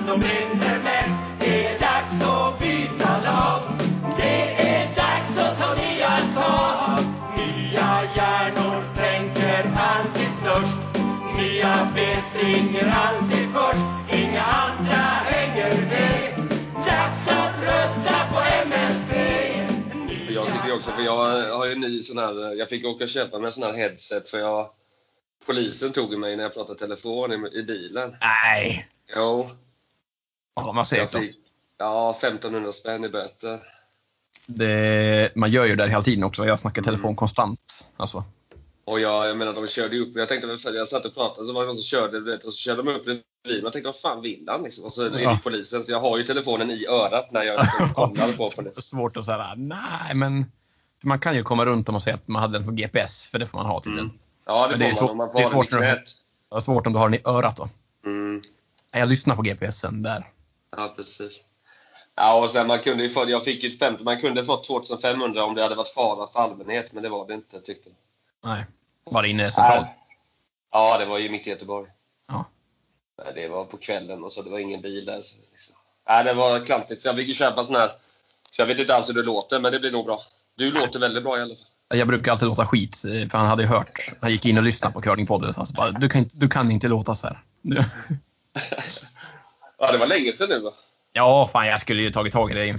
de brinner mest. Det är dags att byta lag. Det är dags att ta nya tag. Nya hjärnor tänker alltid störst. Nya ben springer alltid först. Inga andra hänger med. Dags att rösta på MSD. Jag sitter ju också, för jag har ju en ny sån här. Jag fick åka och köpa mig en sån här headset, för polisen tog mig när jag pratade telefon i bilen. Nej. Jo. Ja, man ser det. Ja, 1500 spänn i böter. Man gör ju det hela tiden också. Jag snackar telefon konstant. Alltså. Och jag menar, de körde ju upp. Jag tänkte väl, jag satt och pratade, så var det någon som körde, och så körde de upp bredvid. Man tänkte, vad fan vill han liksom? Och så är det polisen, så jag har ju telefonen i örat när jag kollar på det. Svårt att säga, nej, men man kan ju komma runt om och säga att man hade den på GPS, för det får man ha tydligen. Ja, det får man. Det är svårt om du har den i örat då. Jag lyssnar på GPSen där. Ja, precis. Ja, och sen man kunde fått 2500 om det hade varit fara för allmänhet, men det var det inte, tyckte jag. Nej, var det inne centralt? Ja, det var ju mitt i Göteborg. Ja. Det var på kvällen och så det var ingen bil där. Så liksom. Nej, det var klantigt, så jag fick ju köpa sån här. Så jag vet inte alls hur det låter, men det blir nog bra. Du låter väldigt bra i alla fall. Jag brukar alltid låta skit, för han hade hört. Han gick in och lyssnade på Curlingpodden, så han bara, du kan inte låta så här. Ja, det var länge sedan nu, va? Ja, fan, jag skulle ju tagit tag i det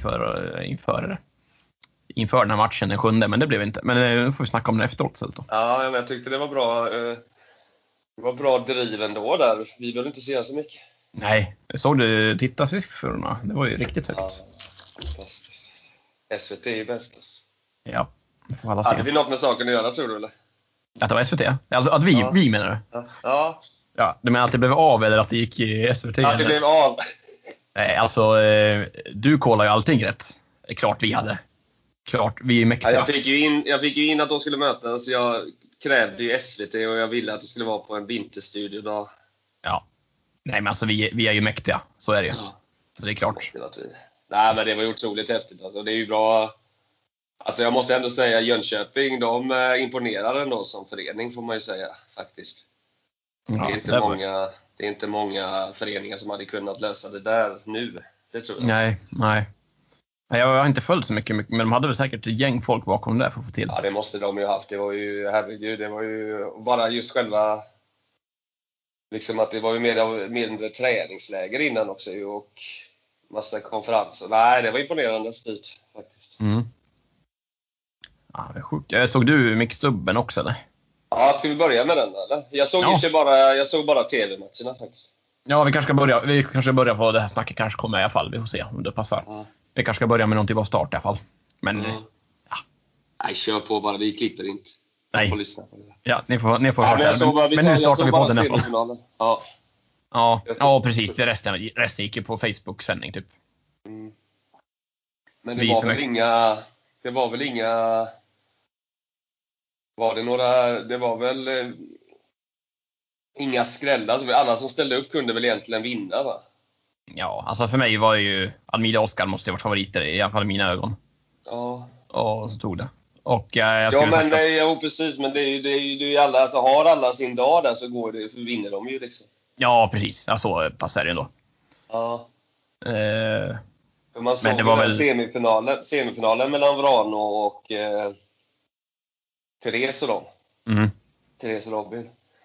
inför den här matchen den 7, men det blev inte. Men nu får vi snacka om det efteråt. Så då. Ja, men jag tyckte det var bra. Det var bra driv ändå där. Vi behöver inte säga så mycket. Nej, jag såg du tittarsiffrorna. Det var ju riktigt högt. Ja, fantastiskt. SVT är bäst. Ja, får alla se. Hade vi något med saken att göra, tror du, eller? Att det var SVT? Alltså att vi menar du? Ja. Ja, du menar att det blev av eller att det gick i SVT? Att det blev av. Nej, alltså du kollar ju allting rätt. Det är klart vi hade. Klart, vi är mäktiga. Ja, jag fick ju in att de skulle mötas, så jag krävde ju SVT och jag ville att det skulle vara på en vinterstudio då. Ja. Nej, men alltså vi är ju mäktiga, så är det ju. Ja. Så det är klart. Nej, men det var ju otroligt häftigt. Alltså, det är ju bra. Alltså jag måste ändå säga, Jönköping, de imponerar ändå som förening, får man ju säga, faktiskt. Ja, det är inte många föreningar som hade kunnat lösa det där nu. Det tror jag. Nej. Jag har inte följt så mycket, men de hade väl säkert ett gäng folk bakom det för att få till. Ja, det måste de ju ha haft. Det var ju, herregud, det var ju bara just själva, liksom att det var ju mindre träningsläger innan också och massa konferenser. Nej, det var imponerande styrt faktiskt. Ja, det är sjukt. Såg du Mick Stubben också, eller? Ja, ska vi börja med den, eller? Jag såg bara TV-matcherna faktiskt. Ja, vi kanske ska börja på det här snacket, kanske kommer i alla fall. Vi får se om det passar. Ja. Vi kanske ska börja med någon typ av start i alla fall. Men, ja. Nej, kör på bara. Vi klipper inte. Nej. Får lyssna på det. Ja, ni får höra det. Men nu startar vi på den i alla fall. Ja, precis. Resten gick ju på Facebook-sändning, typ. Men det var väl inga... Det var väl inga skrällar. Så alla som ställde upp kunde väl egentligen vinna, va? Ja, alltså för mig var ju Almida Oskar måste ju varit favoriter, i alla fall i mina ögon. Ja. Och så tog det. Och precis, men det är ju alla, alltså, har alla sin dag där så vinner de ju liksom. Ja, precis. Ja, så passar det ändå. Ja. Man såg det var väl semifinalen mellan Vrano och Therese och dem. Therese och Robin.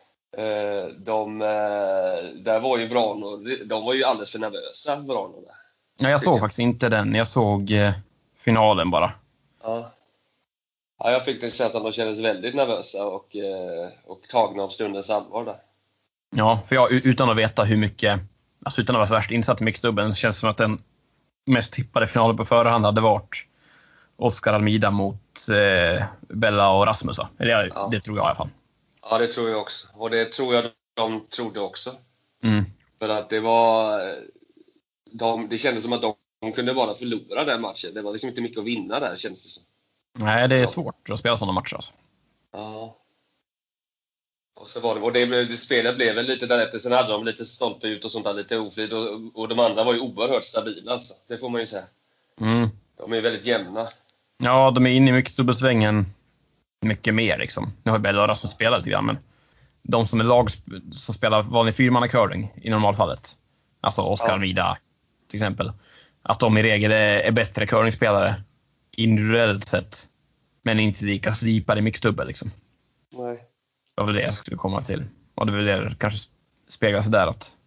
Där var ju Vrano, de var ju alldeles för nervösa, Vrano där. Ja, jag såg faktiskt inte den. Jag såg finalen bara. Ja, jag fick den känslan att de kändes väldigt nervösa och tagna av stundens allvar där. Ja, för jag utan att veta hur mycket, alltså utan att vara så värst insatt i mixdubben, så känns det som att den mest tippade finalen på förhand hade varit Oscar Almida mot Bella och Rasmus. Det tror jag i alla fall. Ja, det tror jag också. Och det tror jag de trodde också. För att det var... Det kändes som att de kunde bara förlora den matchen. Det var liksom inte mycket att vinna där, kändes det som. Nej, det är svårt att spela sådana matcher. Alltså. Ja. Och så var det spelet blev väl lite därefter. Sen hade de lite stolpe ut och sånt där, lite oflyt. Och de andra var ju oerhört stabila, alltså. Det får man ju säga. De är väldigt jämna. Ja, de är inne i mixdubbelsvängen mycket mer liksom. Nu har Bella och Rasmus spelat lite grann, men de som är lag som spelar vanlig fyrmanna curling i normalfallet, Alltså Oscar Almeida till exempel. Att de i regel är bättre curlingspelare individuellt sett. Men inte lika slipade i mixdubbel liksom. Nej. Det var väl det jag skulle komma till. Och det var väl det kanske speglas där att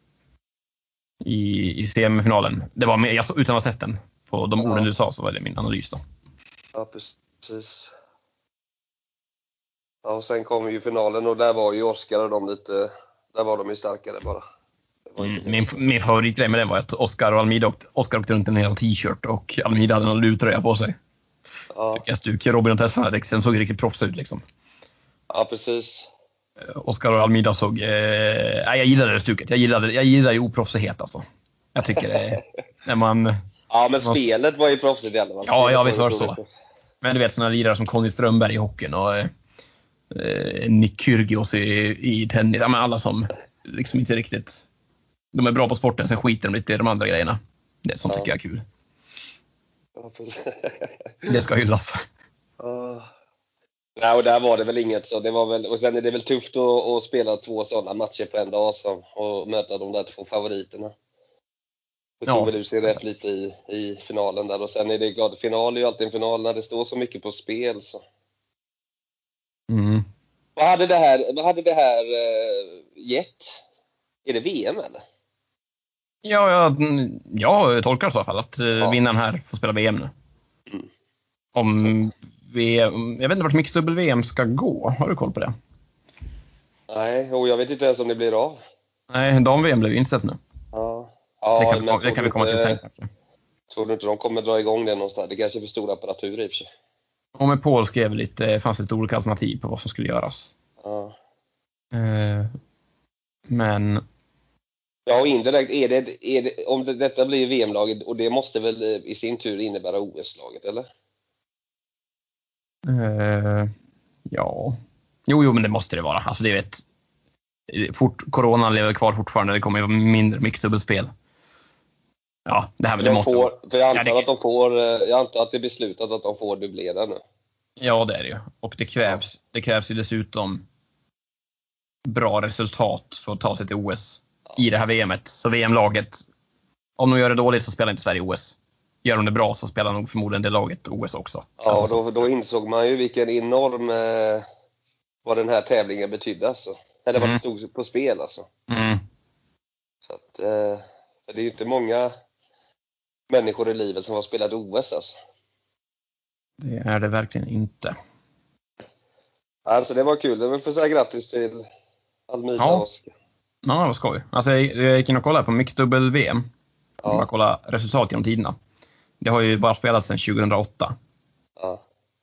i semifinalen. Det var mer, utan att ha sett den. På de orden du sa så var det min analys då. Ja, precis. Ja, och sen kom ju finalen och där var ju Oscar och de lite... Där var de ju starkare bara. Min favoritgrej med den var att Oscar åkte runt en hel t-shirt och Almeida hade en luttröja på sig. Ja. Tycker Robin och Tessan den såg riktigt proffs ut liksom. Ja, precis. Oscar och Almeida såg... jag gillade det stuket. Jag gillar ju oproffsighet alltså. Jag tycker när man... Ja, men spelet var ju proffsigt i alla fall. Ja, visst var det så. Men du vet sådana lirare som Conny Strömberg i hockeyn och Nick Kyrgios i tennis. Ja, men alla som liksom inte riktigt... De är bra på sporten, sen skiter de lite i de andra grejerna. Det är sånt tycker jag är kul. Ja, det ska hyllas. Nej, och där var det väl inget så. Det var väl, och sen är det väl tufft att spela 2 sådana matcher på en dag och möta de där 2 favoriterna. Det tog väl ut sig rätt lite i finalen där. Och sen är det klart, final är ju alltid en final när det står så mycket på spel så. Vad hade det här gett? Är det VM eller? Ja, jag tolkar så i alla fall att vinnaren här får spela VM nu. Om VM, jag vet inte vart mixdubbel-VM ska gå. Har du koll på det? Nej, och jag vet inte ens om det blir av. Nej, VM blev inställt nu. Ja, det kan vi komma till sen kanske. Tror du inte de kommer dra igång det någonstans? Det kanske är för stor apparatur i och för sig. Och med Paul skrev fanns lite olika alternativ på vad som skulle göras. Ja. Men... Ja, och indirekt är det om detta blir VM-laget och det måste väl i sin tur innebära OS-laget, eller? Ja. Jo, men det måste det vara. Alltså det corona lever kvar fortfarande. Det kommer ju vara mindre mixdubbelspel. Ja, det måste vara. För jag antar att det är beslutat att de får dubblera nu. Ja, det är det ju. Och det krävs ju dessutom bra resultat för att ta sig till OS i det här VMet. Så VM-laget, om de gör det dåligt så spelar inte Sverige OS. Gör de det bra så spelar nog förmodligen det laget OS också. Ja, alltså, då insåg man ju vilken enorm vad den här tävlingen betydde alltså. Eller vad det stod på spel alltså. Så att det är ju inte många människor i livet som har spelat OS alltså. Det är det verkligen inte. Alltså det var kul. Det var för att säga grattis till Almeida och Oscar. Ja, det var skoj. Alltså jag gick in och kollade på mixdubbel-VM. Ja. Bara kolla resultat genom tiderna. Det har ju bara spelats sedan 2008. Ja.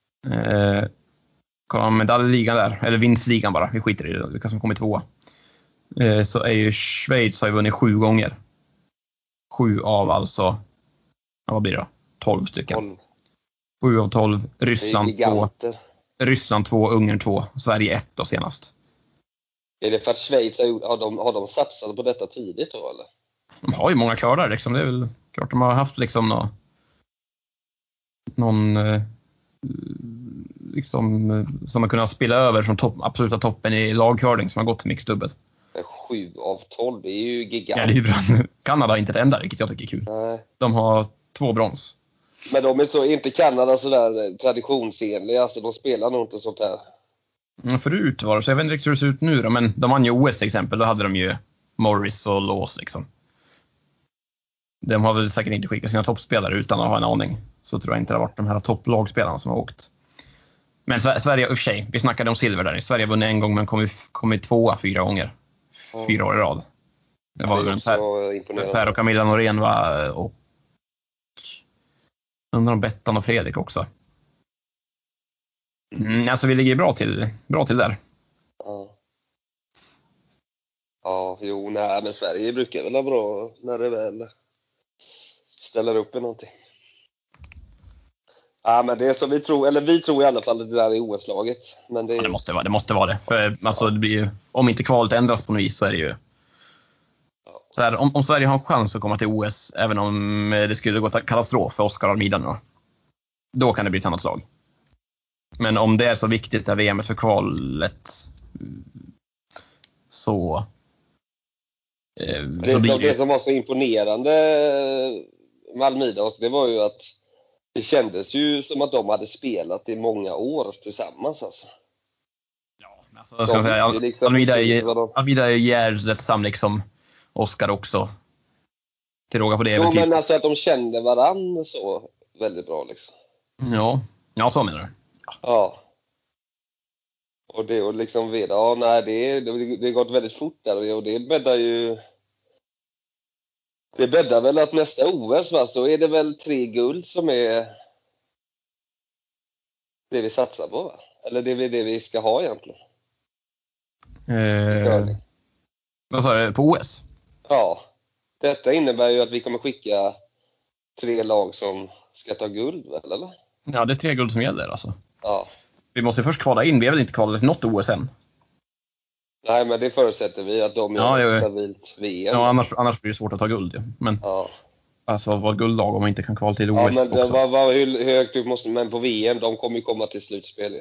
Kolla medaljligan där. Eller vinstligan bara. Vi skiter i det. Vilka som kommer 2. Så är ju Schweiz har ju vunnit 7 gånger. 7 av alltså... Ja, vad blir det då? 12 stycken. 7 av 12. Ryssland 2. Ryssland 2, Ungern 2. Sverige 1 då senast. Är det för att Schweiz har de satsat på detta tidigt då eller? De har ju många körar liksom. Det är väl klart de har haft liksom någon liksom som man kunnat spela över från absoluta toppen i lagkörning som har gått till mixdubbel. 7 av 12, det är ju gigant. Ja, det är bra. Kanada har inte ett enda, vilket jag tycker är kul. Nej. De har 2 brons. Men de är så, inte Kanada sådär traditionsenliga, alltså de spelar nog inte sånt här. Förut var det, så jag vet inte riktigt hur det ser ut nu då, men de vann ju OS till exempel, då hade de ju Morris och Laws liksom. De har väl säkert inte skickat sina toppspelare utan att ha en aning. Så tror jag inte det har varit de här topplagspelarna som har åkt. Men Sverige, i och för sig, vi snackade om silver där. Sverige vunnit en gång men kommit 2 4 gånger. 4 år i rad. Det var väl Per och Camilla Norén och undrar om Bettan och Fredrik också. Alltså vi ligger bra till där. Ja, men Sverige brukar väl vara bra när det väl ställer upp i någonting. Ja, men det är så vi tror i alla fall att det där är OS-laget. Men det måste vara det. För alltså, det blir ju, om inte kvalet ändras på något vis så är det ju så här, om Sverige har en chans att komma till OS, även om det skulle gå katastrof för Oscar Almeida då kan det bli ett annat lag. Men om det är så viktigt att VM för kvalet så Det som var så imponerande med Almeida, det var ju att det kändes ju som att de hade spelat i många år tillsammans alltså. Ja, alltså, ska säga, Almeida är jävligt liksom Oscar också. Till råga på det. Jo, men alltså att de kände varann så väldigt bra liksom. Ja, så menar du. Ja. Och det och liksom det har gått väldigt fort där och det bäddar väl att nästa OS, va, så är det väl 3 guld som är det vi satsar på, va? Eller det är det vi ska ha egentligen. Vad sa du? På OS? Ja. Detta innebär ju att vi kommer skicka 3 lag som ska ta guld, väl, eller? Ja, det är 3 guld som gäller alltså. Ja. Vi måste först kvala in. Vi är väl inte kvalade till något OS än? Nej, men det förutsätter vi att de är stabilt VM. Ja, annars blir det svårt att ta guld. Ja. Men alltså, vad guldlag om man inte kan kvala till OS men också. Hur högt upp måste... Men på VM, de kommer ju komma till slutspel.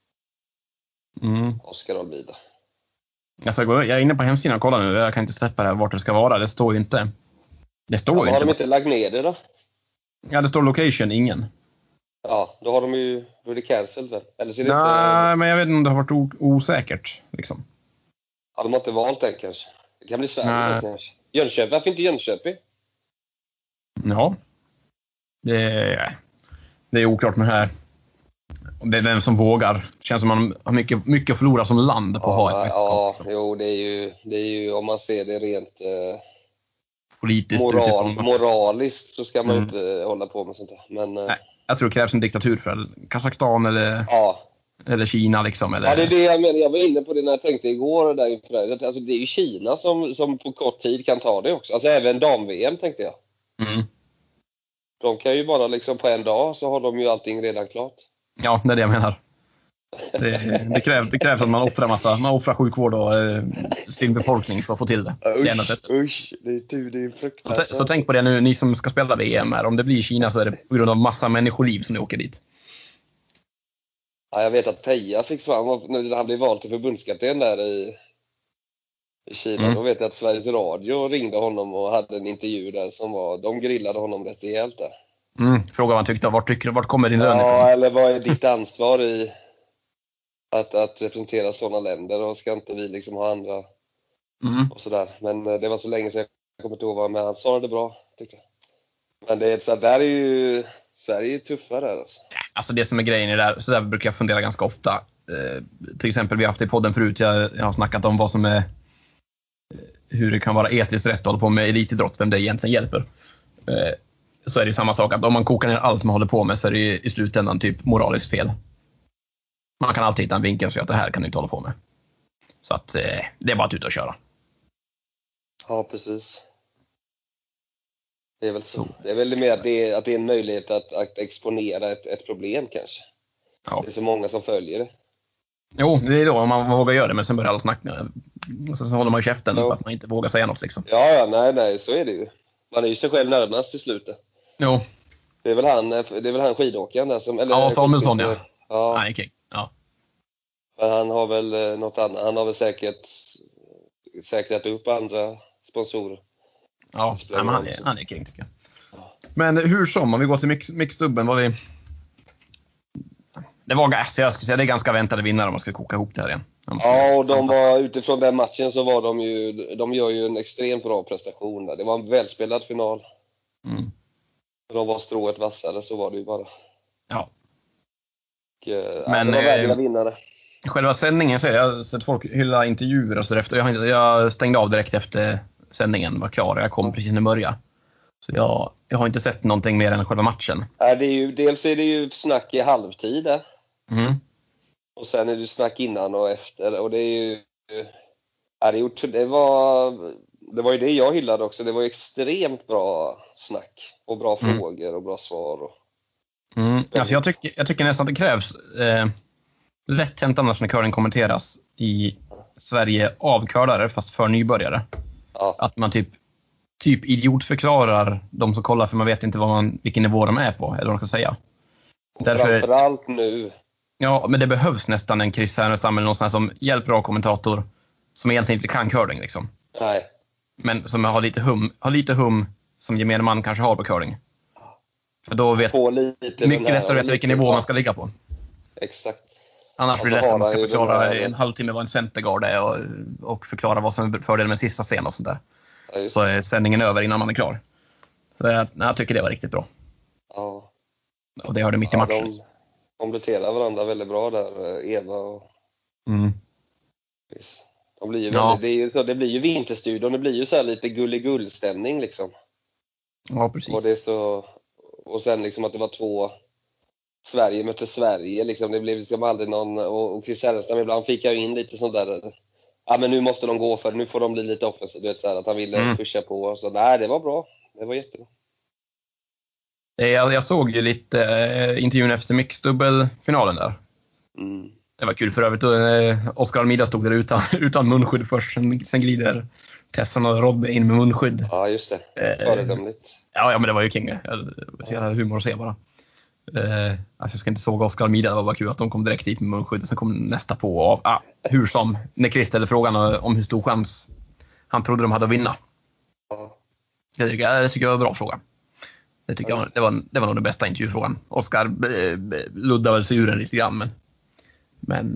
Oscar Almeida. Jag är inne på hemsidan och kollar nu. Jag kan inte släppa det här vart det ska vara. Det står ju inte. Har de inte lagt ner det då? Ja, det står location, ingen. Ja, då är det cancelled, väl? Eller ser det Nej, men jag vet inte om det har varit osäkert liksom. Ja, de har inte valt den kanske. Det kan bli Sverige kanske. Jönköping, varför inte Jönköping? Ja. Det är oklart med det här. Det är vem som vågar. Det känns som man har mycket att förlora som land på att ha ett mästerskap. Ja, liksom. Jo, det är ju om man ser det rent politiskt moraliskt så ska man inte hålla på med sånt där. Men nej, jag tror det krävs en diktatur för Kazakstan eller Kina liksom, eller... Ja, det är det jag menar. Jag var inne på det när jag tänkte igår där inför. Alltså, det är ju Kina som på kort tid kan ta det också. Alltså även dam-VM tänkte jag. De kan ju bara liksom på en dag så har de ju allting redan klart. Ja, det är det jag menar. Det krävs att man offrar sjukvård och sin befolkning för att få till det. Usch, det är fruktansvärt. Så tänk på det nu, ni som ska spela VM här. Om det blir Kina så är det på grund av massa människoliv som ni åker dit. Ja, jag vet att Peja fick svara när han blev vald till förbundskapten där i Kina. Då vet jag att Sveriges Radio ringde honom och hade en intervju där de grillade honom rätt rejält där. Fråga vad han tyckte. Vart kommer din lön ifrån? Ja, eller vad är ditt ansvar i att representera sådana länder, och ska inte vi liksom ha andra och sådär. Men det var så länge sedan jag kommer inte ihåg vad, men han sa det bra, tyckte jag. Men det är så där är ju Sverige är tuffare alltså. Alltså det som är grejen är där, så där brukar jag fundera ganska ofta. Till exempel vi har haft i podden förut, jag har snackat om vad som är hur det kan vara etiskt rätt att hålla på med elitidrott, vem det egentligen hjälper. Så är det samma sak, att om man kokar ner allt man håller på med så är det i slutändan typ moraliskt fel. Man kan alltid hitta en vinkel så att det här kan du inte hålla på med. Så att det är bara att ut och köra. Ja, precis. Det är väl så. Det är väl mer att det är en möjlighet att exponera ett problem kanske. Ja. Det är så många som följer det. Jo, det är då om man vågar göra det, men sen börjar alla snacka. Så håller man ju käften för att man inte vågar säga något liksom. Ja, nej, så är det ju. Man är ju sig själv närmast till slutet. Jo. Det är väl han skidåkaren där som... Eller, ja, Samuelsson, ja. Ja. Nej, okay. Ja. Men han har väl något annat. Han har väl säkrat upp andra sponsorer. Ja, men han är king, tycker jag. Ja. Men hur som, om vi går till mixdubben, det var jag skulle säga det är ganska väntade vinnare om man ska koka ihop det här igen. Ja, och de var utifrån den matchen så var de gör ju en extremt bra prestation där. Det var en välspelad final. De var strået vassare, så var det ju bara. Ja. Men det var värdiga vinnare. Själva sändningen så jag har sett folk hylla intervjuer och så efter. Jag stängde av direkt efter sändningen var klar. Jag kom precis när det började. Så jag har inte sett någonting mer än själva matchen. Dels är det ju snack i halvtid där. Och sen är det snack innan och efter. Och det är ju... det var ju det jag hyllade också. Det var extremt bra snack. Och bra frågor och bra svar. Alltså jag tycker nästan att det krävs lätt hänt annars när kören kommenteras i Sverige av curlare fast för nybörjare. Ja. Att man typ idiotförklarar de som kollar, för man vet inte vilken nivå de är på eller vad man ska säga. Framförallt nu. Ja, men det behövs nästan en Chris Härnestam eller någon sån här som hjälper av kommentator som egentligen inte kan curling liksom. Nej. Men som har lite hum som gemene man kanske har på curling. För då vet mycket lättare att veta vilken nivå man ska ligga på. Exakt. Annars blir det lätt att man ska förklara en halvtimme vad en centergard är och förklara vad som är fördelen med sista sten och sånt där. Ja, så är sändningen över innan man är klar. Så jag tycker det var riktigt bra. Ja. Och det hörde mitt i matchen. De kompletterar varandra väldigt bra där, Eva och... De blir ju det blir ju Vinterstudion, det blir ju så här lite gulligull-stämning liksom. Ja, precis. Och sen liksom att det var 2 Sverige mötte Sverige liksom, det blev liksom aldrig någon, och Chris Härenstam ibland fick jag in lite sånt där, ja men nu måste de gå för, nu får de bli lite offensiva, du vet, så här, att han ville pusha på, så nej, det var bra, det var jättebra. Jag såg ju lite intervjun efter mixdubbelfinalen där. Det var kul för övrigt. Oskar Almeida stod där utan munskydd först. Sen glider Tessan och Robbe in med munskydd. Ja, just det. Föredömligt. Ja, men det var ju king. Jag humor att se bara. Alltså jag ska inte såga Oskar Almeida. Det var bara kul att de kom direkt dit med munskydd. Sen kom nästa på. Hur som. När Chris ställde frågan om hur stor chans han trodde de hade att vinna. Ja. Det tycker jag var en bra fråga. Det tycker jag, det var nog den bästa intervjufrågan. Oskar luddade väl sig ur den lite grann, men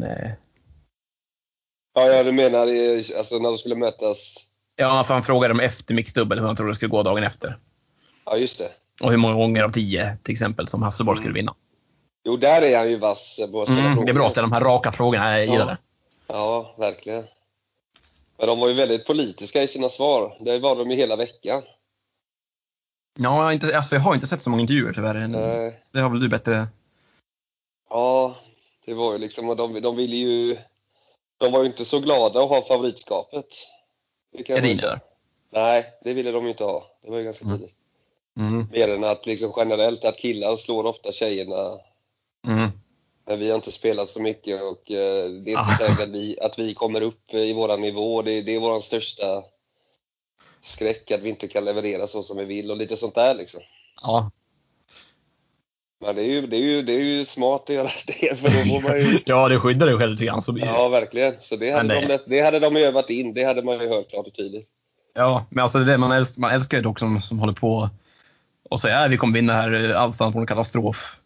ja, du menar alltså när de skulle mötas? Ja, för han frågade dem efter mixdubbel hur han trodde det skulle gå dagen efter. Ja, just det. Och hur många gånger av 10 till exempel som Hasselborg skulle vinna. Jo, där är han ju vass på att ställa frågor. Det är bra att ställa de här raka frågorna, jag gillar det. Ja, verkligen. Men de var ju väldigt politiska i sina svar. Det var de ju hela veckan. Ja, jag har inte sett så många intervjuer tyvärr. Det har väl du bättre... Ja, det var ju liksom... De ville ju... De var ju inte så glada att ha favoritskapet. Är det inte? Nej, det ville de ju inte ha. Det var ju ganska tidigt. Mer än att liksom generellt att killar slår ofta tjejerna. Men vi har inte spelat så mycket och det är inte säkert att vi kommer upp i våran nivå. Det är våran största skräck att vi inte kan leverera så som vi vill och lite sånt där liksom. Ja. Men det är ju smart att göra det, för då får man ju... Ja, det skyddar dig själv lite grann. Så ja, verkligen. Så det hade de övat in. Det hade man ju hört klart och tydligt. Ja, men alltså det man älskar ju dock som håller på och säger vi kommer vinna här allt på en katastrof.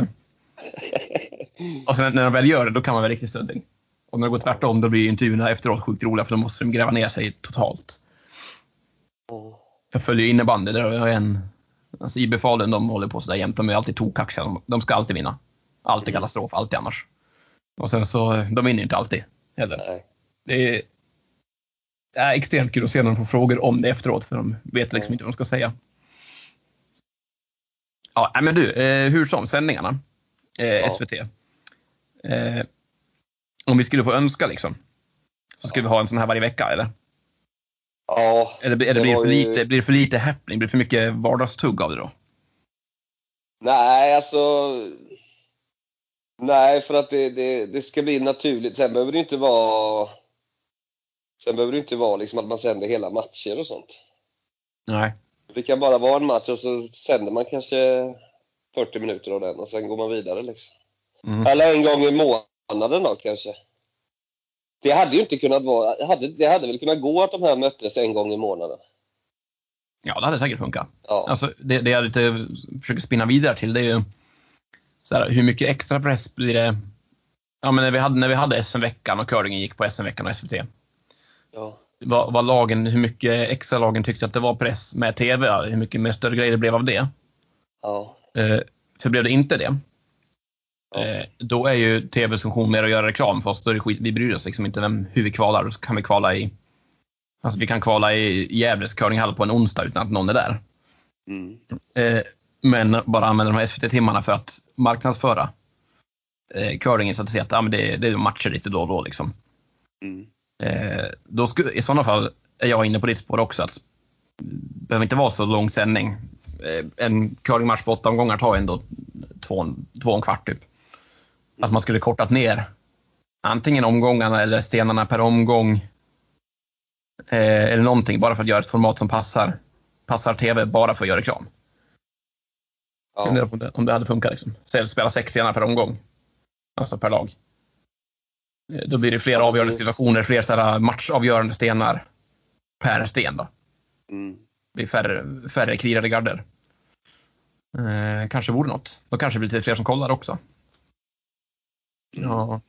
Och sen när de väl gör det, då kan man vara riktigt stöddig. Och när det går tvärtom, då blir intervjuerna efteråt sjukt roliga, för då måste de gräva ner sig totalt. Jag följer ju innebandy, där har jag alltså IB Falun, de håller på sådär jämt. De är alltid tokaxiga, de ska alltid vinna. Alltid katastrof, alltid annars. Och sen så, de vinner inte alltid heller. Det är extremt kul att se när de får frågor om det efteråt, för de vet liksom inte vad de ska säga. Ja, men du, hur som sändningarna, SVT. Om vi skulle få önska liksom, så skulle vi ha en sån här varje vecka, eller? Ja. Eller blir det för lite happening? Blir det för mycket vardagstugg av det då? Nej, alltså... Nej, för att det ska bli naturligt. Sen behöver det inte vara liksom att man sänder hela matcher och sånt. Nej. Det kan bara vara en match och så sänder man kanske 40 minuter av den och sen går man vidare liksom. Eller en gång i månaden då kanske. Det hade ju inte kunnat vara... Det hade väl kunnat gå att de här möttes en gång i månaden. Ja, det hade säkert funkat. Ja. Alltså, det jag lite försöker spinna vidare till, det är ju så här, hur mycket extra press blir det... Ja, men när vi hade SM-veckan och curlingen gick på SM-veckan och SVT. Ja. Var lagen, hur mycket extra lagen tyckte att det var press med TV? Hur mycket mer större grejer det blev av det? Ja. För blev det inte det? Ja. Då är ju TVs funktion mer att göra reklam för oss. Då är det skit. Vi bryr oss liksom inte hur vi kvalar. Då kan vi kvala i... Alltså vi kan kvala i Gävles curlinghall på en onsdag utan att någon är där. Men bara använda de här SVT-timmarna för att marknadsföra curlingen, så att säga att men det är matcher lite då och då liksom. Då i sådana fall är jag inne på ditt spår också, att det behöver inte vara så lång sändning. En curlingmatch på 8 omgångar tar ändå 2,25 typ. Att man skulle kortat ner antingen omgångarna eller stenarna per omgång, eller någonting, bara för att göra ett format som passar TV, bara för att göra reklam. Ja. Om det hade funkat liksom. Spela 6 stenar per omgång, alltså per lag. Då blir det fler avgörande situationer, fler så här matchavgörande stenar per sten då. Det blir färre krigade garder. Kanske vore något. Då kanske det blir lite fler som kollar också. Ja.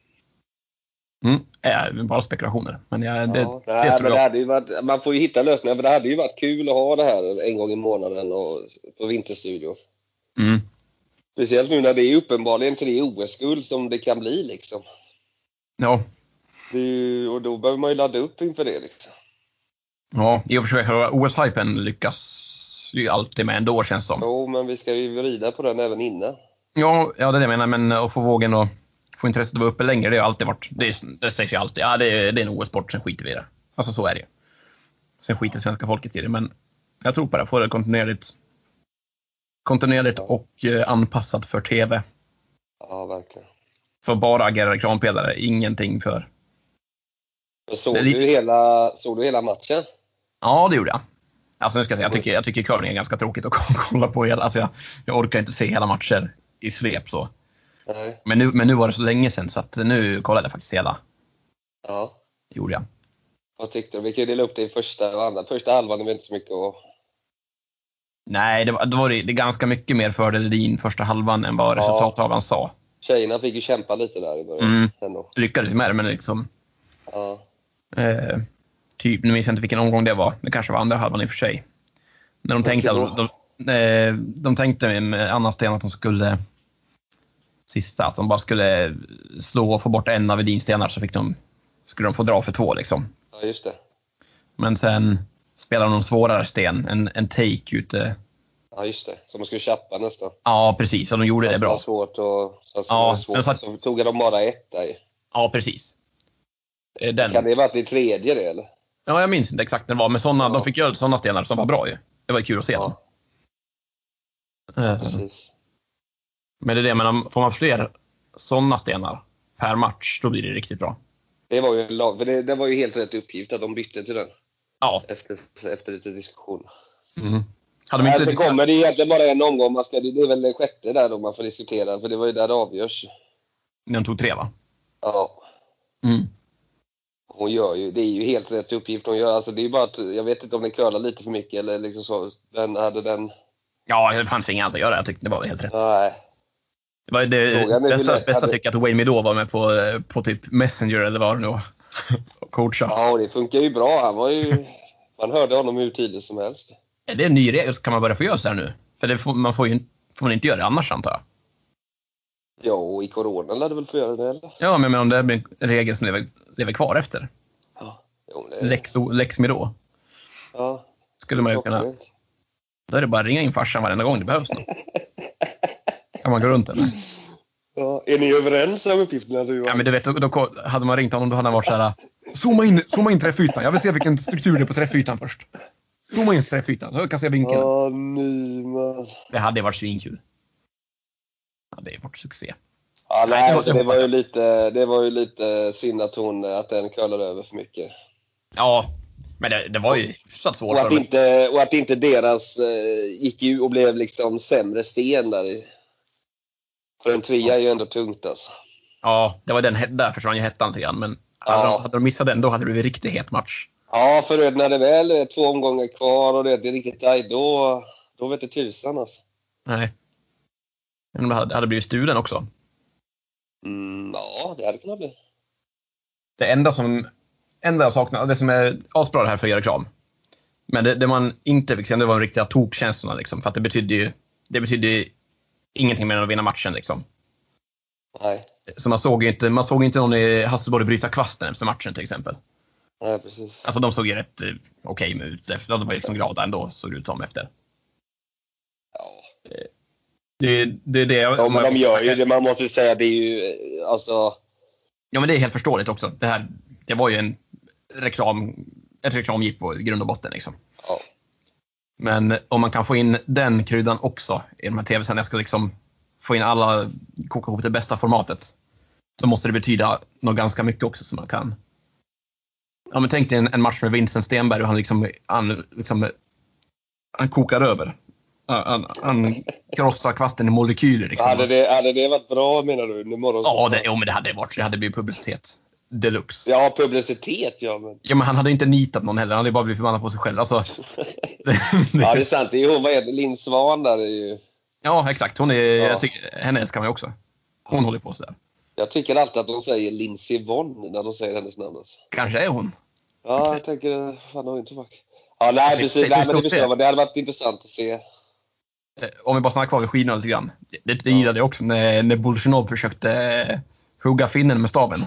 Bara spekulationer. Men det tror jag. Det hade ju varit, man får ju hitta lösningar. För det hade ju varit kul att ha det här en gång i månaden och på Vinterstudio. Speciellt nu när det är uppenbarligen 3 OS-guld som det kan bli liksom. Ja. Och då behöver man ju ladda upp inför det liksom. Ja, i och för sig OS-hypen lyckas ju alltid med ändå, känns som. Jo, men vi ska ju rida på den även innan. Ja, det är det jag menar. Men att få vågen och få intresset att vara uppe längre, det har alltid varit... Det sägs ju alltid. Ja, det är en OS-sport, sen skiter vi i det. Alltså så är det ju. Sen skiter svenska folket i det. Men jag tror på det. Få det kontinuerligt och anpassat för tv. Ja, verkligen. För bara agera reklampelare. Ingenting för... Såg du hela matchen? Ja, det gjorde jag. Alltså nu ska jag säga, jag tycker curling är ganska tråkigt att kolla på hela. Alltså jag orkar inte se hela matcher i svep så. Nej. Men nu var det så länge sedan så att nu kollade jag faktiskt hela. Ja. Det gjorde jag. Vad tyckte du? Vi kan dela upp det i första och andra. Första halvan, det var inte så mycket att... Nej, det var ganska mycket mer fördel din första halvan än vad resultattavlan sa. Tjejerna fick ju kämpa lite där i början. Lyckades med det, men liksom... Ja. Typ, nu minns jag inte vilken omgång det var. Det kanske var andra halvan i och för sig. När de tänkte de tänkte med Anna Sten att de skulle att de bara skulle slå och få bort en av Wedins stenar, så skulle de få dra för 2 liksom. Ja, just det. Men sen spelade de någon svårare sten, en take ute. Ja, just det. Så de skulle chappa nästan. Ja, precis. Och de gjorde det bra. Det var svårt så tog de bara 1 där. Ja, precis. Kan det varit i tredje det, eller? Ja, jag minns inte exakt när det var. Men de fick göra sådana stenar som var bra ju. Det var kul att se dem. Precis. Men det är det, men får man fler sådana stenar per match, då blir det riktigt bra. Det var ju för det var ju helt rätt uppgift att de bytte till den. Ja. Efter lite diskussion. Det kommer det egentligen bara en omgång. Det är väl den 6:e där då man får diskutera. För det var ju där det avgörs. De tog 3, va? Ja. Hon gör ju, det är ju helt rätt uppgift hon gör. Alltså det är ju bara att, jag vet inte om den curlar lite för mycket eller liksom så. Ja, det fanns inget annat att göra. Jag tyckte det var helt rätt. Nej. Det var det bästa tycker jag att Wayne Middaugh var med på typ Messenger eller vad det nu var. Och coacha. Ja, det funkar ju bra. Man hörde honom hur tidigt som helst. Är det en ny regel så kan man börja få göra så här nu? För det får man inte göra det annars, antar jag. Ja, i corona lär det väl få göra det, eller? Ja, men om det blir en regel som lever kvar efter. Ja. Lex Middaugh. Ja. Skulle man ju kunna... Då är det bara att ringa in farsan varenda gång det behövs något. Kan man gå runt eller? Ja, är ni överens om uppgifterna du? Ja, men du vet, då hade man ringt honom, då hade han varit så här: zooma in träffytan. Jag vill se vilken struktur det är på träffytan först. Zooma in träffytan, så jag kan se vinkeln. Ja, Nyman. Det hade varit svinkul. Ja, det är varit succé. Ja, det var ju lite synd att den curlade över för mycket. Ja, men det var ju så svårt. Och att inte deras gick ju och blev liksom sämre sten där i. För en 3 är ju ändå tungt alltså. Ja, det var där försvann ju hettan lite grann. Men hade de missat den, då hade det blivit riktigt het match. Ja, för när det väl är 2 omgångar kvar och det är riktigt tajt, då vet det tusan alltså. Nej. Men det hade blivit stulen också. Ja, det hade kunnat bli. Det enda jag saknar, det som är asbra det här för att göra reklam. Men det man inte fick se, det var en riktiga tokkänslorna liksom. För att det betydde ingenting mer än att vinna matchen liksom. Nej. Så man såg inte någon i Hasselborg bryta kvasten efter matchen till exempel. Nej, precis. Alltså de såg ju rätt okej ut. De var liksom glada ändå, såg det ut som efter. Ja. Det är det. Ja, men de gör ju det, man måste säga, det är ju alltså. Ja, men det är helt förståeligt också. Det var ju ett reklamjippo i grund och botten liksom. Ja. Men om man kan få in den kryddan också i de här tv-sändningarna, ska liksom få in alla, koka ihop det bästa formatet, då måste det betyda något ganska mycket också som man kan. Ja, men tänk dig en match med Vincent Stenberg och han kokar över. Han krossar kvasten i molekyler liksom. Hade det varit bra, menar du? Men det hade blivit publicitet deluxe. Ja, publicitet, ja. Men han hade inte nitat någon heller. Han hade bara blivit förbannad på sig själv. Alltså, Ja, det är sant. Det är hon, vad är det? Linn Svan där är ju... Ja, exakt. Hon är, jag tycker, henne älskar man ju också. Hon håller på så där. Jag tycker alltid att de säger Lindsey Vonn när de säger hennes namn. Alltså. Kanske är hon. Ja, jag tänker... Fan, hon är inte vack. Ja, nej, precis. Nej, men det hade varit intressant att se. Om vi bara stannar kvar vid skidorna lite grann. Det gillade jag också när Bolsjunov försökte hugga finnen med staven.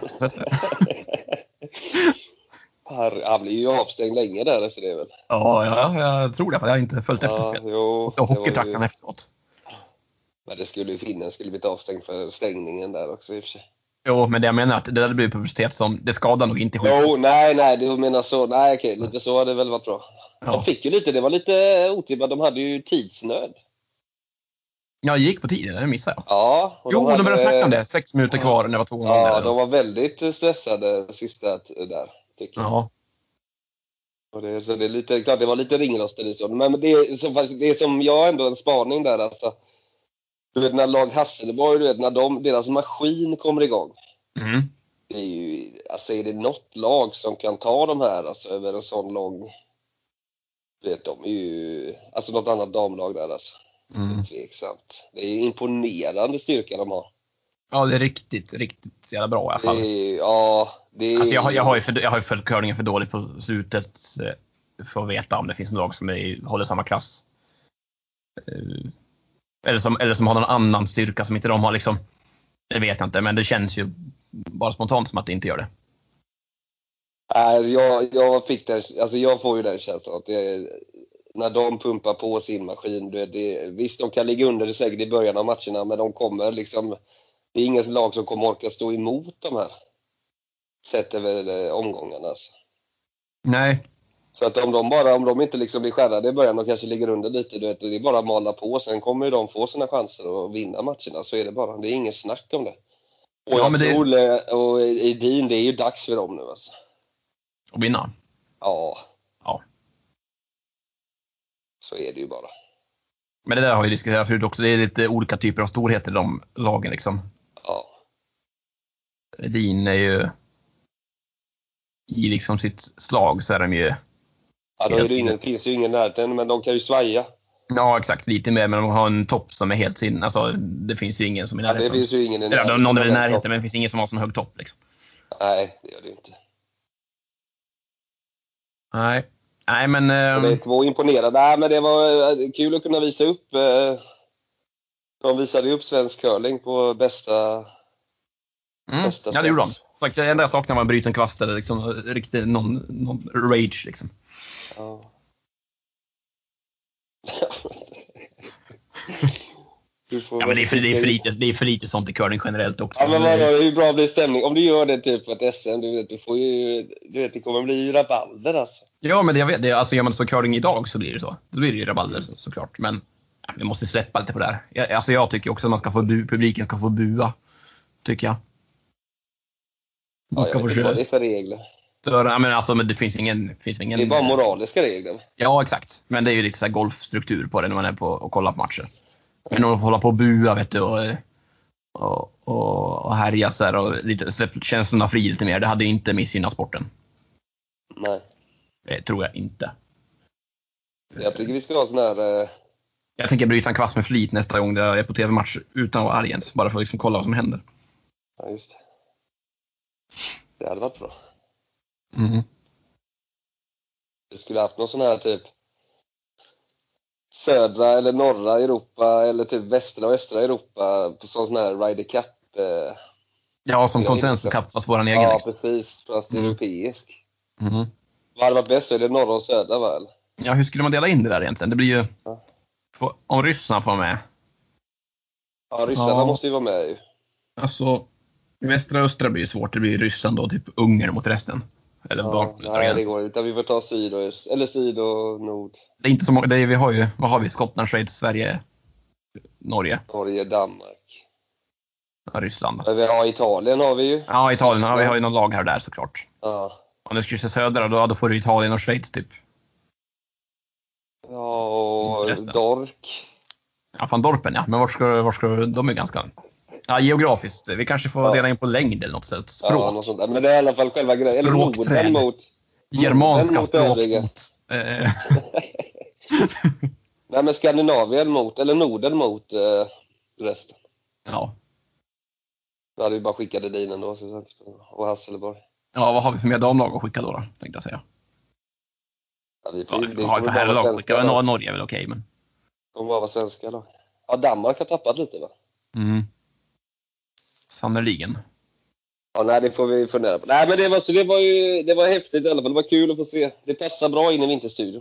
Han blev ju avstängd länge där efter det väl. Ja, jag tror det. För jag har inte följt efterspel. Och hockeytraktan ju... efteråt. Men det skulle ju finnen skulle blivit avstängd för stängningen där också i och för sig. Jo, men det jag menar att det där blir publicitet som det skadar nog inte skit. Jo, nej, du menar så. Nej, okej, lite så hade det väl varit bra. Ja. De fick ju lite, det var lite otippat. De hade ju tidsnöd. Ja, gick på tiden, det missade jag. Ja. Jo, de började snacka om det. 6 minuter kvar när det var 2 gånger. Ja, de var väldigt stressade sista där, tycker jag. Ja. Och så det är lite, klart det var lite ringrostigt. Men det är som jag ändå en spaning där alltså. Du vet när lag Hasselborg, du vet när deras maskin kommer igång. Mm. Det är ju, alltså är det något lag som kan ta de här alltså över en sån lång, vet de är ju, alltså något annat damlag där alltså. Tveksamt. Det är imponerande styrka de har. Ja, det är riktigt jävla bra i alla fall. Alltså jag har ju följt curlingen för dåligt på slutet för att veta om det finns en lag som håller samma klass. Eller som har någon annan styrka som inte de har liksom. Det vet jag inte, men det känns ju bara spontant som att det inte gör det. Jag fick den, alltså jag får ju den känslan att när de pumpar på sin maskin, visst de kan ligga under det säkert i början av matcherna, men de kommer liksom, det är inget lag som kommer orka stå emot de här sett över omgångarna alltså. Nej. Så att om de inte liksom blir skärrade i början och kanske ligger under lite, du vet, det är bara att mala på, sen kommer de få sina chanser att vinna matcherna, så är det är inget snack om det. Och jag tror och Edin, det är ju dags för dem nu alltså. Att vinna? Ja. Så är det ju bara. Men det där har vi diskuterat förut också. Det är lite olika typer av storheter i de lagen liksom. Ja. Edin är ju i liksom sitt slag så är de ju... Ja, då är det finns ju ingen närheten, men de kan ju svaja. Ja, exakt. Lite mer, men de har en topp som är helt sin... Alltså, det finns ju ingen som är i närheten. Ja, det finns ju ingen i närheten. Någon är i närheten, men det finns ingen som har sån hög topp liksom. Nej, det gör det inte. Nej, men... Det är 2 imponerade. Nej, men det var kul att kunna visa upp... De visade ju upp svensk curling på bästa ja, det gjorde de. Det enda jag saknade var en bryten kvast eller liksom, riktigt någon rage liksom. Ja. Ja, men det är för lite sånt i curling generellt också. Ja, men vadå, hur bra blir stämning? Om du gör det typ på ett SM, du får ju, det kommer bli rabalder alltså. Ja, men jag vet det, alltså gör man så curling idag så blir det så. Då blir det ju rabalder såklart, men vi måste släppa lite på det här. Jag tycker också att man ska få publiken ska få bua, tycker jag. Man ska jag vet inte vad det är för regler. Men det finns ingen... Det är bara moraliska regler. Ja, exakt. Men det är ju lite så här golfstruktur på det när man är på och kollar på matcher. Men att hålla på och bua, vet du, och härja så här och lite släppa känslorna fri lite mer. Det hade inte missgynnat sporten. Nej. Det tror jag inte. Jag tycker vi ska ha sån här... Jag tänker bryta en kvast med flit nästa gång jag är på tv-match utan att vara arg ens. Bara för att liksom kolla vad som händer. Ja, just det. Det hade varit bra. Vi skulle haft någon sån här typ södra eller norra Europa eller typ västra och östra Europa på sån här Ryder Cup. Ja, som Continental Cup fast våran egen. Ja, liksom. Precis. Fast europeisk. Vad hade varit bäst är det norra och södra väl? Ja, hur skulle man dela in det där egentligen? Det blir ju... Om Ryssland får vara med. Ja, ryssarna måste ju vara med ju. Alltså... Västra och östra blir ju svårt. Det blir Ryssland och typ Ungern mot resten. Eller nej, det går inte. Vi får ta syd och öst, eller syd och nord. Det är inte så många. Vi har ju, vad har vi? Skottland, Schweiz, Sverige, Norge. Norge, Danmark. Ja, Ryssland. Vi har Italien har vi ju. Ja, Italien. Ja, vi har ju någon lag här och där såklart. Ja. Om du skulle se södra då får du Italien och Schweiz typ. Ja, och Dork. Ja, fan Dorpen ja. Men var ska de är ganska... Ja, geografiskt. Vi kanske får dela in på längd eller något sätt. Språk. Ja, något sånt där. Men det är i alla fall själva grejen. Eller Norden mot... Germanska språk mot... Nej, men Skandinavien mot, eller Norden mot resten. Ja. Då hade vi bara skickat Edin då, och Hasselborg. Ja, vad har vi för mer damlag att skicka då, tänkte jag säga. Ja, vi har ju för herrlag skicka, men Norge är väl okej, men... De var svenska lag. Ja, Danmark har tappat lite, va? Sannoliken. Ja, nej, det får vi fundera på. Nej, men det var häftigt i alla fall. Det var kul att få se. Det passar bra in i Vinterstudion.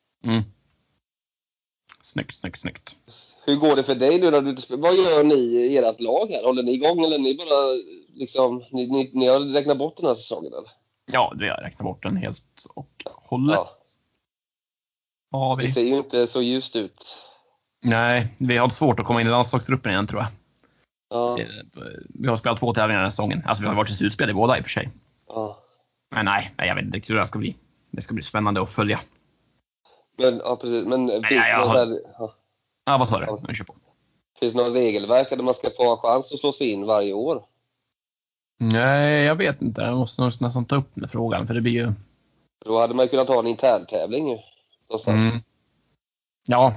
Snyggt. Hur går det för dig nu då? Vad gör ni i ert lag här? Håller ni igång eller ni bara liksom ni har räknat bort den här säsongen eller? Ja, vi har räknat bort den helt och hållet. Ja. Det ser ju inte så ljust ut. Nej, vi har svårt att komma in i landslagstruppen igen, tror jag. Ja. Vi har spelat 2 tävlingar den här säsongen. Alltså vi har varit i slutspel i båda i och för sig. Ja. Men nej, jag vet inte hur det ska bli. Det ska bli spännande att följa. Men ja, precis. Men vad sa du? Jag kör på. Finns det något regelverk där man ska få en chans att slå sig in varje år? Nej, jag vet inte. Jag måste nästan ta upp den frågan, för det blir ju... Då hade man kunnat ha en intern tävling ju. Ja.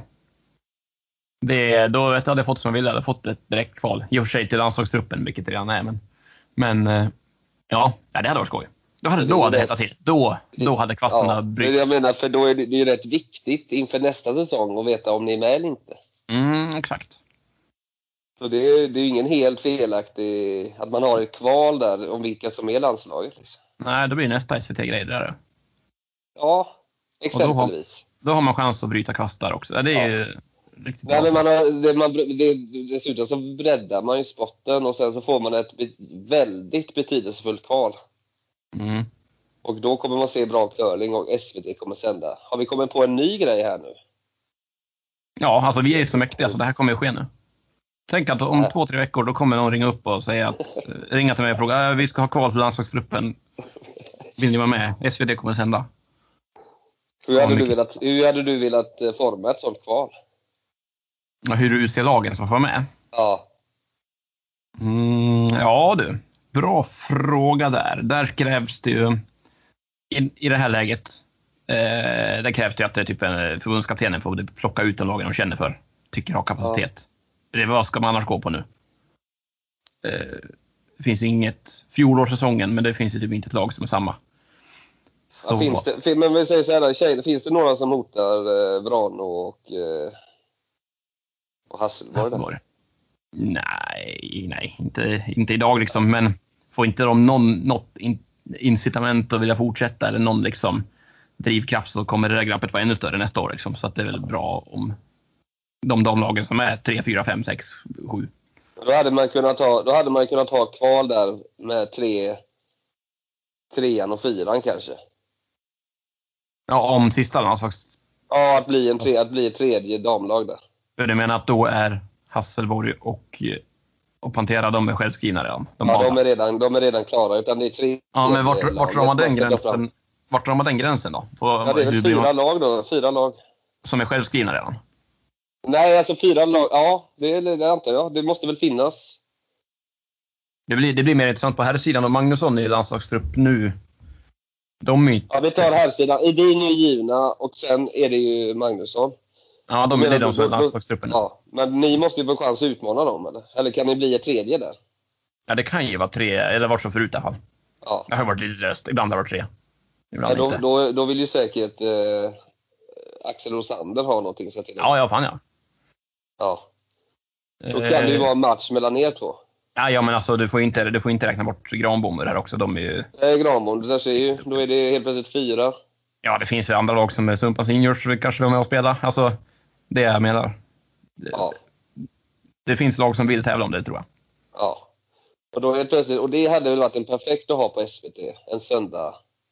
Då vet jag hade fått som jag ville. Jag hade fått ett direkt kval. I och för sig till landslagstruppen, vilket det redan är. Men ja, det hade varit skoj. Då hade det hettat till. Då hade kvastarna bryts. Jag menar, för då är det ju rätt viktigt inför nästa säsong att veta om ni är med eller inte. Exakt. Så det är ju ingen helt felaktig att man har ett kval där om vilka som är landslaget. Liksom. Nej, då blir det nästa SVT-grej där. Ja, exempelvis. Då har man chans att bryta kvastar också. Det är ju riktigt bra. Men dessutom så breddar man ju sporten och sen så får man ett väldigt betydelsefullt kval. Och då kommer man se bra curling och SVT kommer sända. Har vi kommit på en ny grej här nu? Ja, alltså vi är ju så mäktiga så det här kommer ju ske nu. Tänk att om 2-3 veckor då kommer någon ringa upp och säga ringa till mig och fråga vi ska ha kval för landslagsgruppen. Vill ni vara med? SVT kommer sända. Hur hade du velat forma ett sånt kval? Hur du ser lagen som får vara med? Ja. Ja du. Bra fråga där. Där krävs det ju i det här läget där krävs det att typ förbundskaptenen får plocka ut de lagen de känner för. Tycker har kapacitet. Ja. Vad ska man annars gå på nu? Det finns inget fjolårssäsongen, men det finns ju typ inte ett lag som är samma. Så. Ja, men vi säger så här, tjejer, finns det några som hotar Vrano och Hasselborg? Nej, inte idag liksom, men får inte de något incitament att vilja fortsätta eller någon liksom drivkraft så kommer det där glappet vara ännu större nästa år liksom, så att det är väl bra om de damlagen som är 3, 4, 5, 6, 7. Då hade man kunnat ha kval där med 3:an och 4:an kanske. Ja, om sista landslags... Ja, att bli ett tredje damlag där. Du menar att då är Hasselborg och Pantera, de är självskrivna redan? De är redan klara, utan det är 3. Ja, men vart drar man den gränsen? Vart drar man den gränsen då? Ja, det är väl 4 lag då, 4 lag. Som är självskrivna redan? Nej, alltså 4 lag, ja, det antar jag. Det måste väl finnas. Det blir mer intressant på här sidan, och Magnusson i landslagstrupp nu. Ja, vi tar här sidan. Edin är givna och sen är det ju Magnusson. Ja, de är de som är landslagstruppen. Ja, men ni måste ju få chans att utmana dem, eller? Eller kan ni bli ett tredje där? Ja, det kan ju vara 3, eller vart som förut i alla fall. Ja. Det har varit lite löst. Ibland har det varit 3. Ibland inte. Då vill ju säkert Axel Rosander ha någonting så till. Ja, fan ja. Ja. Då kan det ju vara en match mellan er två. Ja, men alltså du får inte räkna bort Granbomber här också. De är ju... Granbomber, där ser ju. Då är det helt plötsligt 4. Ja, det finns ju andra lag som är Sumpa Seniors kanske vill med och spela. Alltså, det jag menar. Ja. Det finns lag som vill tävla om det, tror jag. Ja. Och då helt plötsligt, och det hade väl varit en perfekt att ha på SVT en söndag.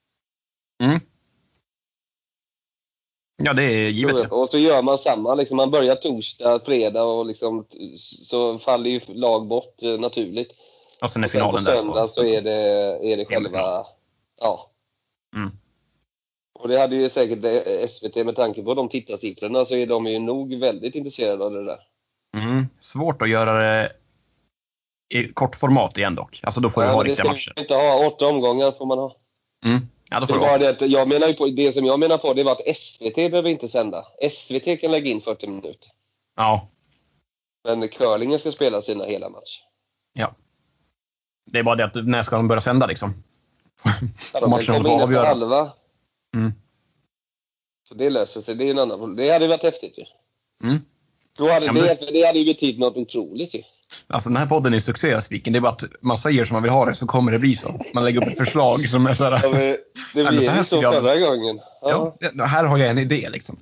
Ja, det är givet. Och så gör man samma, liksom man börjar torsdag, fredag och liksom så faller ju lag bort naturligt. Och sen är finalen på söndag där. Så är det själva, ja. Och det hade ju säkert SVT med tanke på de tittarsiffrorna, så är de ju nog väldigt intresserade av det där. Svårt att göra det i kort format igen dock. Alltså då får du ha riktiga matcher. Inte ha 8 omgångar får man ha. Ja, då Det får var det. det, jag menar ju på, det som jag menar på, det var att SVT behöver inte sända. SVT kan lägga in 40 minuter. Ja. Men curlingen ska spela sina hela match. Ja. Det är bara det att när ska de börja sända liksom? Ja, de Matchen kan komma in får efter avgöras. halva. Mm. Så det löser sig. Det är en annan problem. Det hade ju varit häftigt ju. Mm. Då hade Ja, men det hade ju betytt något otroligt ju. Alltså den här podden är succé, Asviken. Det är bara att man säger som man vill ha det, så kommer det bli så. Man lägger upp ett förslag som är så här... Ja, men det men blev så här ju ska så jag- förra gången. Ja. Ja, här har jag en idé liksom.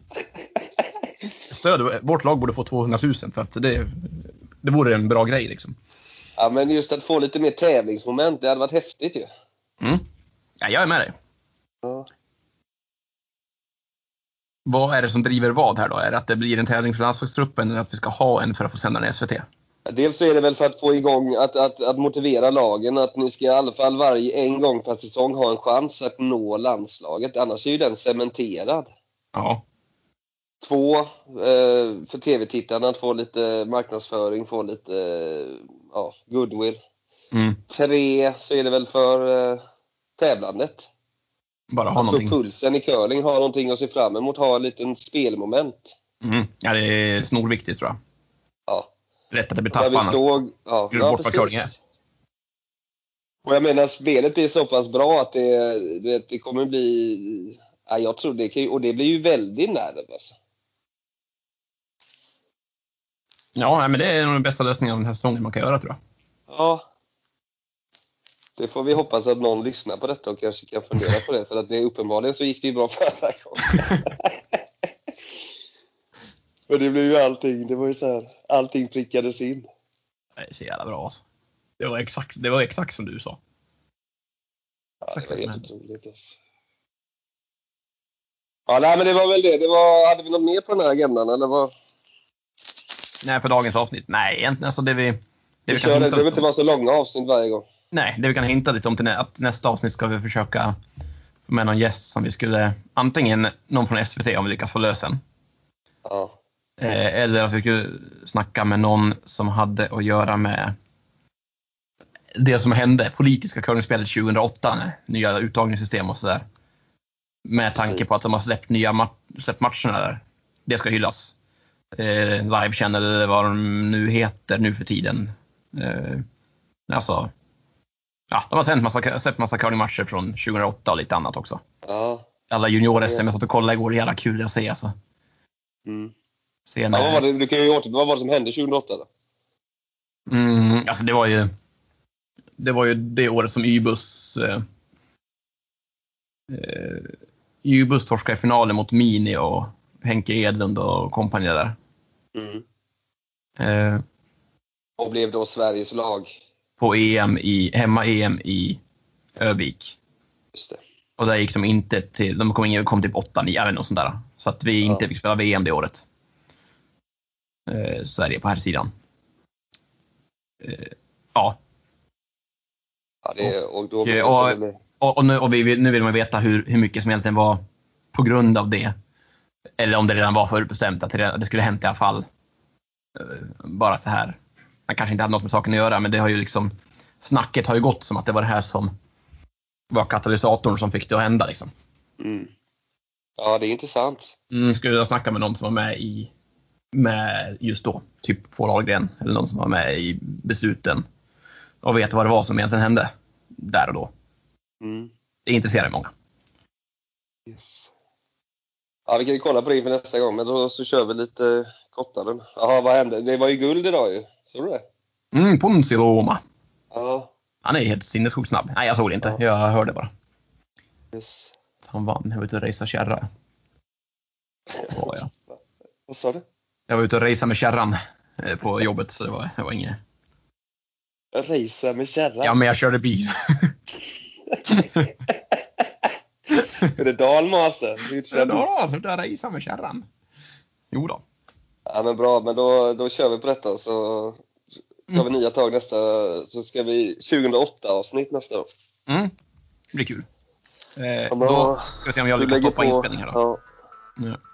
Vårt lag borde få 200 000 för att det vore en bra grej liksom. Ja, men just att få lite mer tävlingsmoment, det hade varit häftigt ju. Mm. Ja, jag är med dig. Ja. Vad är det som driver vad här då? Är det att det blir en tävling för landslagstruppen eller att vi ska ha en för att få sända den i SVT? Dels så är det väl för att få igång, att motivera lagen, att ni ska i alla fall en gång per säsong ha en chans att nå landslaget. Annars är ju den cementerad. Ja. 2, för tv-tittarna att få lite marknadsföring, få lite goodwill. Mm. 3, så är det väl för tävlandet. Bara ha Att få någonting. pulsen i curling, ha någonting att se fram emot, ha en liten spelmoment. Mm. Ja, det är snorviktigt tror jag. Ja. Rätt att det blir Där vi tapparna. såg, ja, Glöm bort vad curling är. precis. Och jag menar, spelet är så pass bra att det kommer bli... Ja, jag tror det kan, och det blir ju väldigt nerv alltså. Ja, men det är nog den bästa lösningen av den här säsongen man kan göra tror jag. Ja. Det får vi hoppas att någon lyssnar på detta och kanske kan fundera på det. För att det uppenbarligen så gick det ju bra förra gången. Men det blev ju allting. Det var ju så här, allting prickades in. Det är så jävla bra alltså. Det var exakt som du sa. Ja, Exakt det som var hände. helt otroligt alltså. Ja, nej, men det var väl det. Hade vi något mer på den här agendan eller vad? Nej, på dagens avsnitt. Nej, egentligen alltså det vi Vi kan kör det. hinta Det behöver lite inte om. vara så långa avsnitt varje gång. Nej, det vi kan hinta lite om till att nästa avsnitt ska vi försöka få med någon gäst som vi skulle, antingen någon från SVT om vi lyckas få lösen. Ja. Eller att vi skulle snacka med någon som hade att göra med det som hände, politiska curlingspelet 2008, nya uttagningssystem och sådär. Med tanke på att de har släppt matcherna där. Det ska hyllas. Live Channel eller vad de nu heter nu för tiden. Alltså, ja, de har släppt massa curlingmatcher från 2008 och lite annat också. Ja. Alla junior-SM, jag satt och kollade igår, jävla kul att se alltså. Mm. Se när... Ja, vad var det? Du kan ju vad var det som hände 2008 då? Alltså det var ju det året som Ybus torskade i finalen mot Mini och Henke Edlund och kompani där. Och blev då Sveriges lag. På hemma-EM i Övik. Just det. Och där gick de inte till, de kom typ 8-9 eller något sånt där. Så att vi inte fick spela VM det året. Sverige på här sidan. Ja. Ja, det, och då Och nu vill man veta hur mycket som egentligen var på grund av det. Eller om det redan var förutbestämt att det skulle hänt i alla fall. Bara att det här, man kanske inte hade något med saken att göra, men det har ju liksom, snacket har ju gått som att det var det här som var katalysatorn som fick det att hända liksom. Mm. Ja, det är intressant. Skulle jag snacka med någon som var med just då, typ Paul Ahlgren eller någon som var med i besluten och vet vad det var som egentligen hände där och då. Det intresserar många. Yes. Ja, vi kan ju kolla på det inför nästa gång, men då så kör vi lite kortare. Jaha, vad hände? Det var ju guld idag ju. Såg du det? Ponsi Roma. Ja. Han är helt sinnessjukt snabb. Nej, jag såg det inte. Jag hörde bara. Yes. Han vann. Jag var ute och racea kärra. Vad sa du? Jag var ute och racea med kärran på jobbet, så det var inget. Racea med kärran? Ja, men jag körde bil. Är det Dalmaster? Ja, så där racea med kärran. Jo då. Ja, men bra. Men då kör vi på detta, så tar vi nya tag nästa, så ska vi 2008 avsnitt nästa år. Det blir kul. Då ska vi se om jag lyckas stoppa inspelningen här då. Ja. Ja.